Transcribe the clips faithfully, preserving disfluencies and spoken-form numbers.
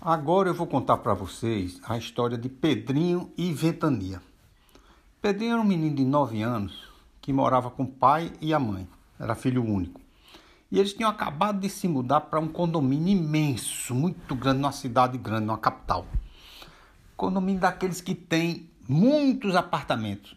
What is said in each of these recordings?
Agora eu vou contar para vocês a história de Pedrinho e Ventania. Pedrinho era um menino de nove anos que morava com o pai e a mãe. Era filho único. E eles tinham acabado de se mudar para um condomínio imenso, muito grande, numa cidade grande, numa capital. Condomínio daqueles que tem muitos apartamentos.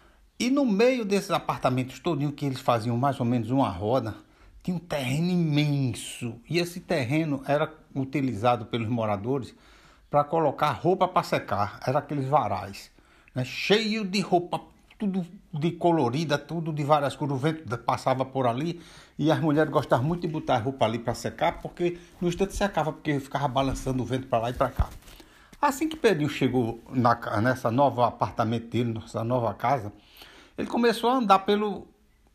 E no meio desses apartamentos todinho, que eles faziam mais ou menos uma roda, tinha um terreno imenso. E esse terreno era utilizado pelos moradores para colocar roupa para secar. Era aqueles varais, né? Cheio de roupa, tudo de colorida, tudo de várias cores. O vento passava por ali e as mulheres gostavam muito de botar a roupa ali para secar, porque no instante secava, porque ficava balançando o vento para lá e para cá. Assim que Pedrinho chegou na, nessa nova apartamento dele, nessa nova casa, ele começou a andar pelo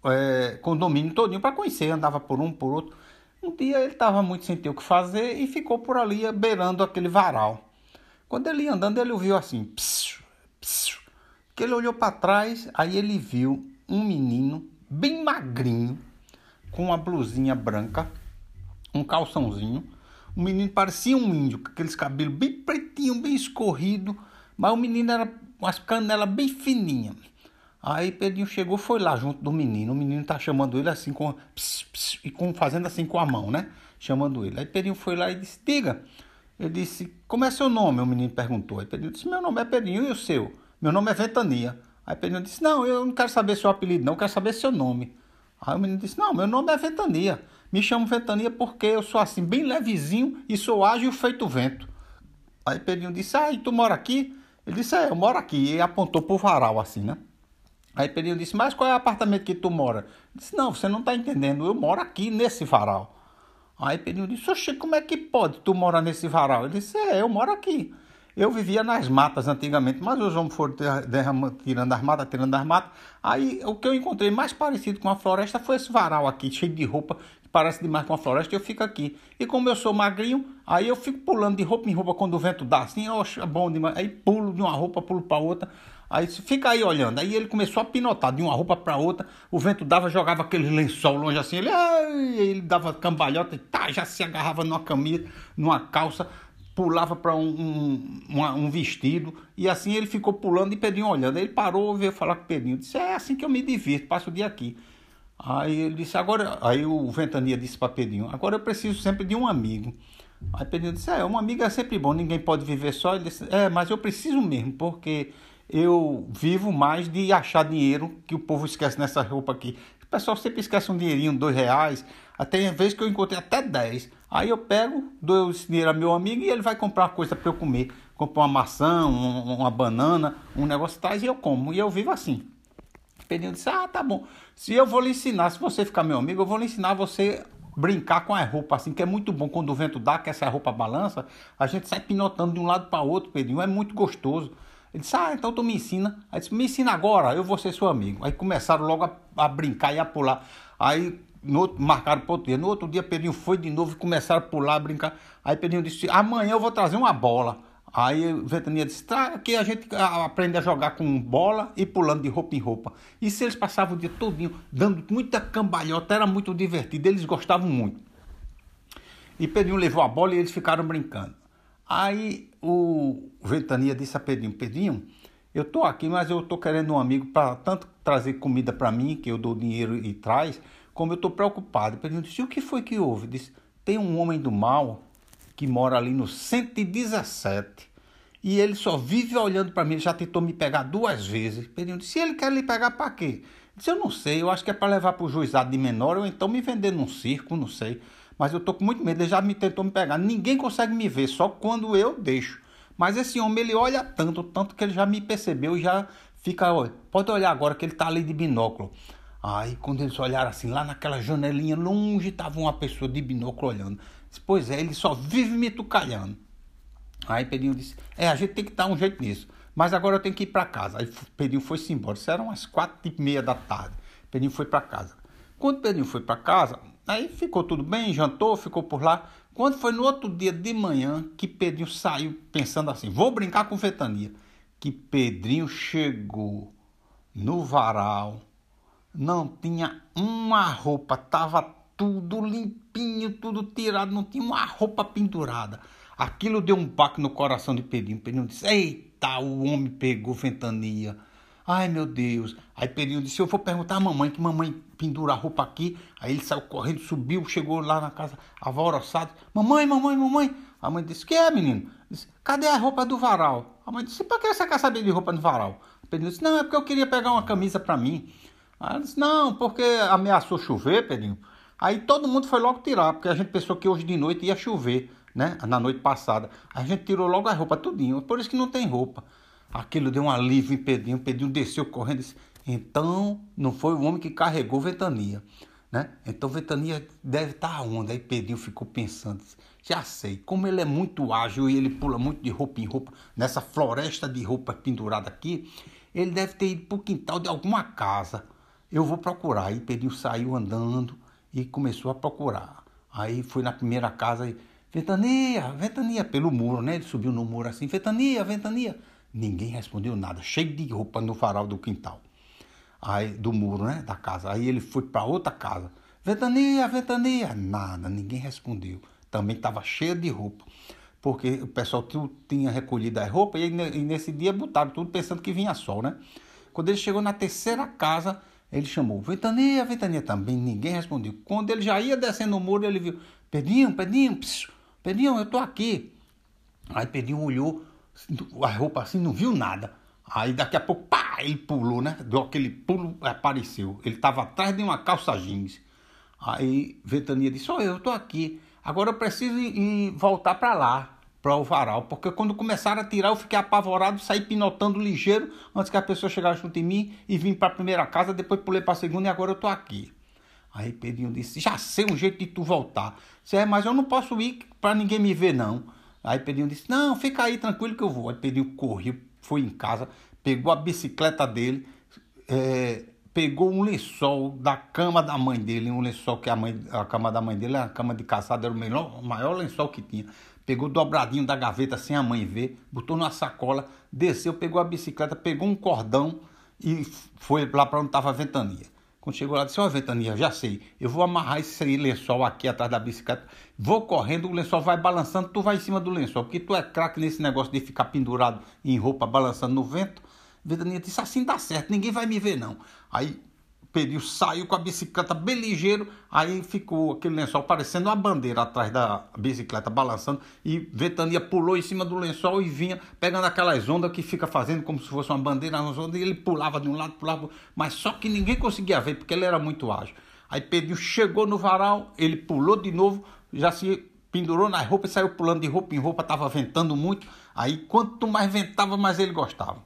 é, condomínio todinho para conhecer, andava por um, por outro. Um dia ele estava muito sem ter o que fazer e ficou por ali beirando aquele varal. Quando ele ia andando, ele ouviu assim, psiu, psiu, que ele olhou para trás, aí ele viu um menino bem magrinho, com uma blusinha branca, um calçãozinho. O menino parecia um índio, com aqueles cabelos bem pretinho, bem escorrido, mas o menino era com as canelas bem fininhas. Aí Pedrinho chegou, foi lá junto do menino. O menino tá chamando ele assim, com, pss, pss, e com fazendo assim com a mão, né? Chamando ele. Aí Pedrinho foi lá e disse, diga. Ele disse, como é seu nome? O menino perguntou. Aí Pedrinho disse, meu nome é Pedrinho, e o seu? Meu nome é Ventania. Aí Pedrinho disse, não, eu não quero saber seu apelido, não, eu quero saber seu nome. Aí o menino disse, não, meu nome é Ventania. Me chamo Ventania porque eu sou assim, bem levezinho e sou ágil feito vento. Aí Pedrinho disse, ah, e tu mora aqui? Ele disse, é, eu moro aqui. E apontou pro varal assim, né? Aí Pedrinho disse, mas qual é o apartamento que tu mora? Ele disse, não, você não está entendendo, eu moro aqui nesse varal. Aí Pedrinho disse, oxe, como é que pode tu morar nesse varal? Ele disse, é, eu moro aqui. Eu vivia nas matas antigamente, mas os homens foram tirando as matas, tirando as matas. Aí o que eu encontrei mais parecido com a floresta foi esse varal aqui, cheio de roupa, que parece demais com a floresta, e eu fico aqui. E como eu sou magrinho, aí eu fico pulando de roupa em roupa quando o vento dá, assim, oxe, é bom demais. Aí pulo de uma roupa, pulo para outra. Aí fica aí olhando. Aí ele começou a pinotar de uma roupa para outra. O vento dava, jogava aquele lençol longe assim. Ele, ai, ele dava cambalhota e tá, já se agarrava numa camisa, numa calça, pulava para um, um, uma, um vestido. E assim ele ficou pulando e Pedrinho olhando. Aí ele parou, veio falar com o Pedrinho. Disse, é assim que eu me divirto, passo o dia aqui. Aí ele disse, agora. Aí o Ventania disse para Pedrinho, agora eu preciso sempre de um amigo. Aí Pedrinho disse, é, um amigo é sempre bom, ninguém pode viver só. Ele disse, é, mas eu preciso mesmo, porque eu vivo mais de achar dinheiro, que o povo esquece nessa roupa aqui. O pessoal sempre esquece um dinheirinho, dois reais. Até vezes que eu encontrei até dez. Aí eu pego, dou esse dinheiro a meu amigo e ele vai comprar uma coisa para eu comer. Comprar uma maçã, um, uma banana, um negócio tais e eu como. E eu vivo assim. Pedrinho disse, ah, tá bom. Se eu vou lhe ensinar, se você ficar meu amigo, eu vou lhe ensinar você brincar com a roupa, assim, que é muito bom. Quando o vento dá, que essa roupa balança, a gente sai pinotando de um lado para outro, Pedrinho. É muito gostoso. Ele disse, ah, então tu me ensina. Aí disse, me ensina agora, eu vou ser seu amigo. Aí começaram logo a, a brincar e a pular. Aí no outro, marcaram para outro dia. No outro dia, Pedrinho foi de novo e começaram a pular, a brincar. Aí Pedrinho disse, amanhã eu vou trazer uma bola. Aí o Ventania disse, tá, que a gente aprende a jogar com bola e pulando de roupa em roupa. E se eles passavam o dia todinho dando muita cambalhota, era muito divertido, eles gostavam muito. E Pedrinho levou a bola e eles ficaram brincando. Aí o Ventania disse a Pedrinho, Pedrinho, eu tô aqui, mas eu tô querendo um amigo para tanto trazer comida para mim, que eu dou dinheiro e traz, como eu tô preocupado. Pedrinho disse, o que foi que houve? Disse, tem um homem do mal que mora ali no cento e dezessete e ele só vive olhando para mim, ele já tentou me pegar duas vezes. Pedrinho disse, ele quer lhe pegar para quê? Disse, eu não sei, eu acho que é para levar para o juizado de menor ou então me vender num circo, não sei. Mas eu tô com muito medo, ele já me tentou me pegar. Ninguém consegue me ver, só quando eu deixo. Mas esse homem, ele olha tanto, tanto que ele já me percebeu e já fica, olha, pode olhar agora que ele tá ali de binóculo. Aí, quando eles olharam assim, lá naquela janelinha, longe tava uma pessoa de binóculo olhando. Disse, pois é, ele só vive me tucalhando. Aí Pedrinho disse, é, a gente tem que dar um jeito nisso. Mas agora eu tenho que ir para casa. Aí Pedrinho foi-se embora. Isso eram umas quatro e meia da tarde. Pedrinho foi para casa. Quando Pedrinho foi para casa, aí ficou tudo bem, jantou, ficou por lá. Quando foi no outro dia de manhã que Pedrinho saiu pensando assim, vou brincar com Ventania. Que Pedrinho chegou no varal, não tinha uma roupa, tava tudo limpinho, tudo tirado, não tinha uma roupa pendurada. Aquilo deu um baque no coração de Pedrinho. Pedrinho disse, eita, o homem pegou Ventania. Ai, meu Deus. Aí Pedrinho disse, eu vou perguntar à mamãe, que mamãe pendura a roupa aqui. Aí ele saiu correndo, subiu, chegou lá na casa alvoroçado. Mamãe, mamãe, mamãe. A mãe disse, que é, menino? Disse, cadê a roupa do varal? A mãe disse, pra que você quer saber de roupa no varal? Pedrinho disse, não, é porque eu queria pegar uma camisa pra mim. Aí ela disse, não, porque ameaçou chover, Pedrinho. Aí todo mundo foi logo tirar, porque a gente pensou que hoje de noite ia chover, né? Na noite passada. A gente tirou logo a roupa tudinho, por isso que não tem roupa. Aquilo deu um alívio em Pedrinho. Pedrinho desceu correndo e disse, então não foi o homem que carregou Ventania, né? Então Ventania deve estar onde? Aí Pedrinho ficou pensando, disse, já sei, como ele é muito ágil e ele pula muito de roupa em roupa, nessa floresta de roupa pendurada aqui, ele deve ter ido para o quintal de alguma casa. Eu vou procurar. Aí Pedrinho saiu andando e começou a procurar. Aí foi na primeira casa e, Ventania, Ventania, pelo muro, né? Ele subiu no muro assim, Ventania, Ventania. Ninguém respondeu nada, cheio de roupa no varal do quintal. Aí, do muro, né? Da casa. Aí ele foi para outra casa. Ventania, Ventania. Nada, ninguém respondeu. Também estava cheio de roupa. Porque o pessoal tudo tinha recolhido as roupas e nesse dia botaram tudo pensando que vinha sol, né? Quando ele chegou na terceira casa, ele chamou, Ventania, Ventania. Também ninguém respondeu. Quando ele já ia descendo o muro, ele viu, Pedrinho, Pedrinho, psiu, Pedrinho, eu tô aqui. Aí Pedrinho olhou a roupa assim, não viu nada. Aí daqui a pouco, pá, ele pulou, né? Deu aquele pulo, apareceu. Ele estava atrás de uma calça jeans. Aí Ventania disse, olha, eu tô aqui. Agora eu preciso ir, ir voltar para lá, para o varal. Porque quando começaram a tirar, eu fiquei apavorado, saí pinotando ligeiro antes que a pessoa chegasse junto em mim e vim para a primeira casa, depois pulei para a segunda e agora eu tô aqui. Aí Pedrinho disse, já sei um jeito de tu voltar. Disse, é, mas eu não posso ir para ninguém me ver, não. Aí Pedrinho disse, não, fica aí tranquilo que eu vou. Aí Pedrinho correu, foi em casa, pegou a bicicleta dele, é, pegou um lençol da cama da mãe dele, um lençol que a, mãe, a cama da mãe dele era a cama de caçada, era o, melhor, o maior lençol que tinha. Pegou dobradinho da gaveta sem a mãe ver, botou numa sacola, desceu, pegou a bicicleta, pegou um cordão e foi lá para onde estava a Ventania. Quando chegou lá, disse, ó, Ventania, já sei, eu vou amarrar esse lençol aqui atrás da bicicleta, vou correndo, o lençol vai balançando, tu vai em cima do lençol, porque tu é craque nesse negócio de ficar pendurado em roupa, balançando no vento. Ventania disse, assim dá certo, ninguém vai me ver não. Aí Pedrinho saiu com a bicicleta bem ligeiro, aí ficou aquele lençol parecendo uma bandeira atrás da bicicleta balançando, e Ventania pulou em cima do lençol e vinha pegando aquelas ondas que fica fazendo como se fosse uma bandeira nas ondas, e ele pulava de um lado, pulava, mas só que ninguém conseguia ver, porque ele era muito ágil. Aí Pedrinho chegou no varal, ele pulou de novo, já se pendurou nas roupas e saiu pulando de roupa em roupa, estava ventando muito, aí quanto mais ventava, mais ele gostava.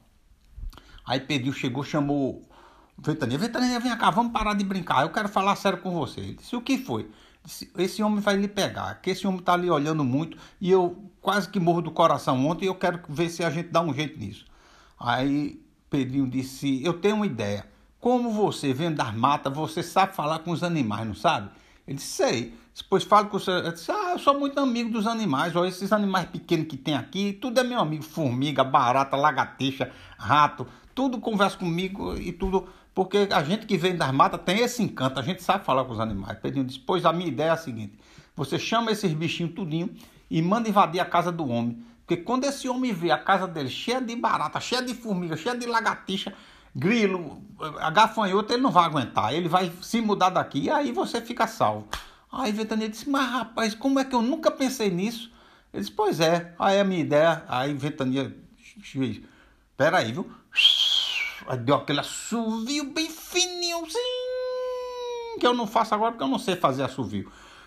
Aí Pedrinho chegou, chamou Ventania, Ventania, vem cá, vamos parar de brincar, eu quero falar sério com você. Ele disse, o que foi? Disse, esse homem vai lhe pegar, que esse homem está ali olhando muito e eu quase que morro do coração ontem e eu quero ver se a gente dá um jeito nisso. Aí Pedrinho disse, eu tenho uma ideia, como você vem das matas, você sabe falar com os animais, não sabe? Ele disse, sei. Depois falo com você. Eu disse, ah, eu sou muito amigo dos animais, olha, esses animais pequenos que tem aqui, tudo é meu amigo, formiga, barata, lagartixa, rato, tudo conversa comigo e tudo, porque a gente que vem das matas tem esse encanto, a gente sabe falar com os animais. Pedrinho disse, pois a minha ideia é a seguinte, você chama esses bichinhos tudinho e manda invadir a casa do homem, porque quando esse homem vê a casa dele cheia de barata, cheia de formiga, cheia de lagartixa, grilo, gafanhoto, ele não vai aguentar, ele vai se mudar daqui e aí você fica salvo. Aí Ventania disse, mas rapaz, como é que eu nunca pensei nisso? Ele disse, pois é, aí é a minha ideia. Aí Ventania, peraí, viu? Aí deu aquele assovio bem fininho, que eu não faço agora porque eu não sei fazer assovio.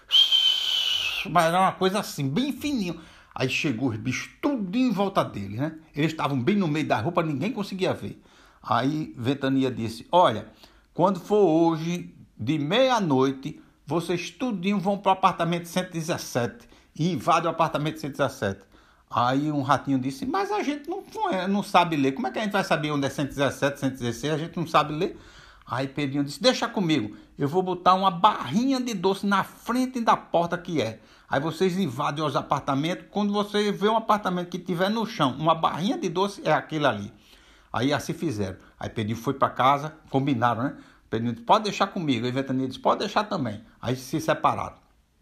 Mas era uma coisa assim, bem fininho. Aí chegou os bichos tudo em volta dele, né? Eles estavam bem no meio da roupa, ninguém conseguia ver. Aí Ventania disse, olha, quando for hoje, de meia-noite, vocês tudinho vão para o apartamento cento e dezessete e invadem o apartamento cento e dezessete. Aí um ratinho disse, mas a gente não, não sabe ler, como é que a gente vai saber onde é cento e dezessete, cento e dezesseis, a gente não sabe ler? Aí Pedrinho disse, deixa comigo, eu vou botar uma barrinha de doce na frente da porta que é. Aí vocês invadem os apartamentos, quando você vê um apartamento que tiver no chão, uma barrinha de doce é aquele ali. Aí assim fizeram. Aí Pedrinho foi para casa, combinaram, né? Pedrinho disse, pode deixar comigo. Aí Ventania disse, pode deixar também. Aí se separaram.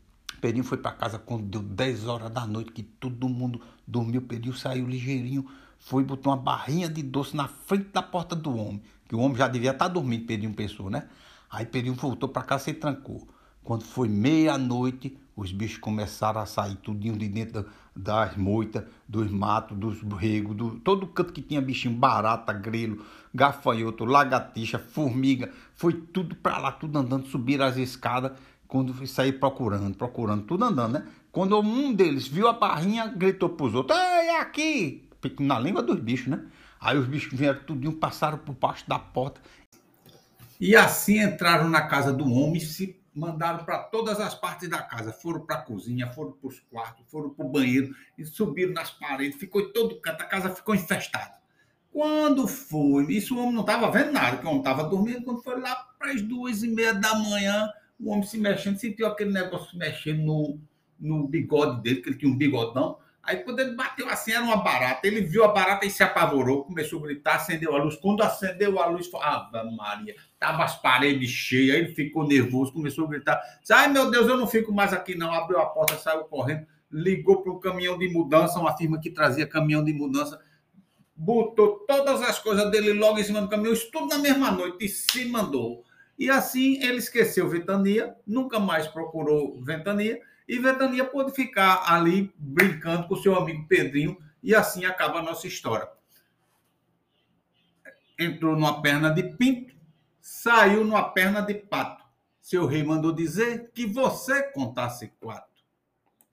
Pedrinho foi para casa quando deu dez horas da noite, que todo mundo dormiu. Pedrinho saiu ligeirinho, foi e botou uma barrinha de doce na frente da porta do homem, que o homem já devia estar dormindo, Pedrinho pensou, né? Aí Pedrinho voltou para casa e trancou. Quando foi meia-noite, os bichos começaram a sair tudinho de dentro das moitas, dos matos, dos regos, do, todo canto que tinha bichinho, barata, grelo, gafanhoto, lagartixa, formiga, foi tudo para lá, tudo andando, subiram as escadas, quando foi sair procurando, procurando, tudo andando, né? Quando um deles viu a barrinha, gritou pros outros, ei, é aqui! Na língua dos bichos, né? Aí os bichos vieram tudinho, passaram por baixo da porta. E assim entraram na casa do homem e se mandaram para todas as partes da casa. Foram para a cozinha, foram para os quartos, foram para o banheiro e subiram nas paredes. Ficou em todo canto, a casa ficou infestada. Quando foi, isso o homem não estava vendo nada, que o homem estava dormindo. Quando foi lá para as duas e meia da manhã, o homem se mexendo, sentiu aquele negócio se mexendo no, no bigode dele, que ele tinha um bigodão. Aí quando ele bateu assim, era uma barata. Ele viu a barata e se apavorou, começou a gritar, acendeu a luz. Quando acendeu a luz, Ave Maria, tava as paredes cheias, ele ficou nervoso, começou a gritar. Disse, ai meu Deus, eu não fico mais aqui não. Abriu a porta, saiu correndo, ligou para um caminhão de mudança, uma firma que trazia caminhão de mudança, botou todas as coisas dele logo em cima do caminhão, isso tudo na mesma noite, e se mandou. E assim ele esqueceu Ventania, nunca mais procurou Ventania, e Ventania pôde ficar ali brincando com seu amigo Pedrinho, e assim acaba a nossa história. Entrou numa perna de pinto, saiu numa perna de pato. Seu rei mandou dizer que você contasse quatro.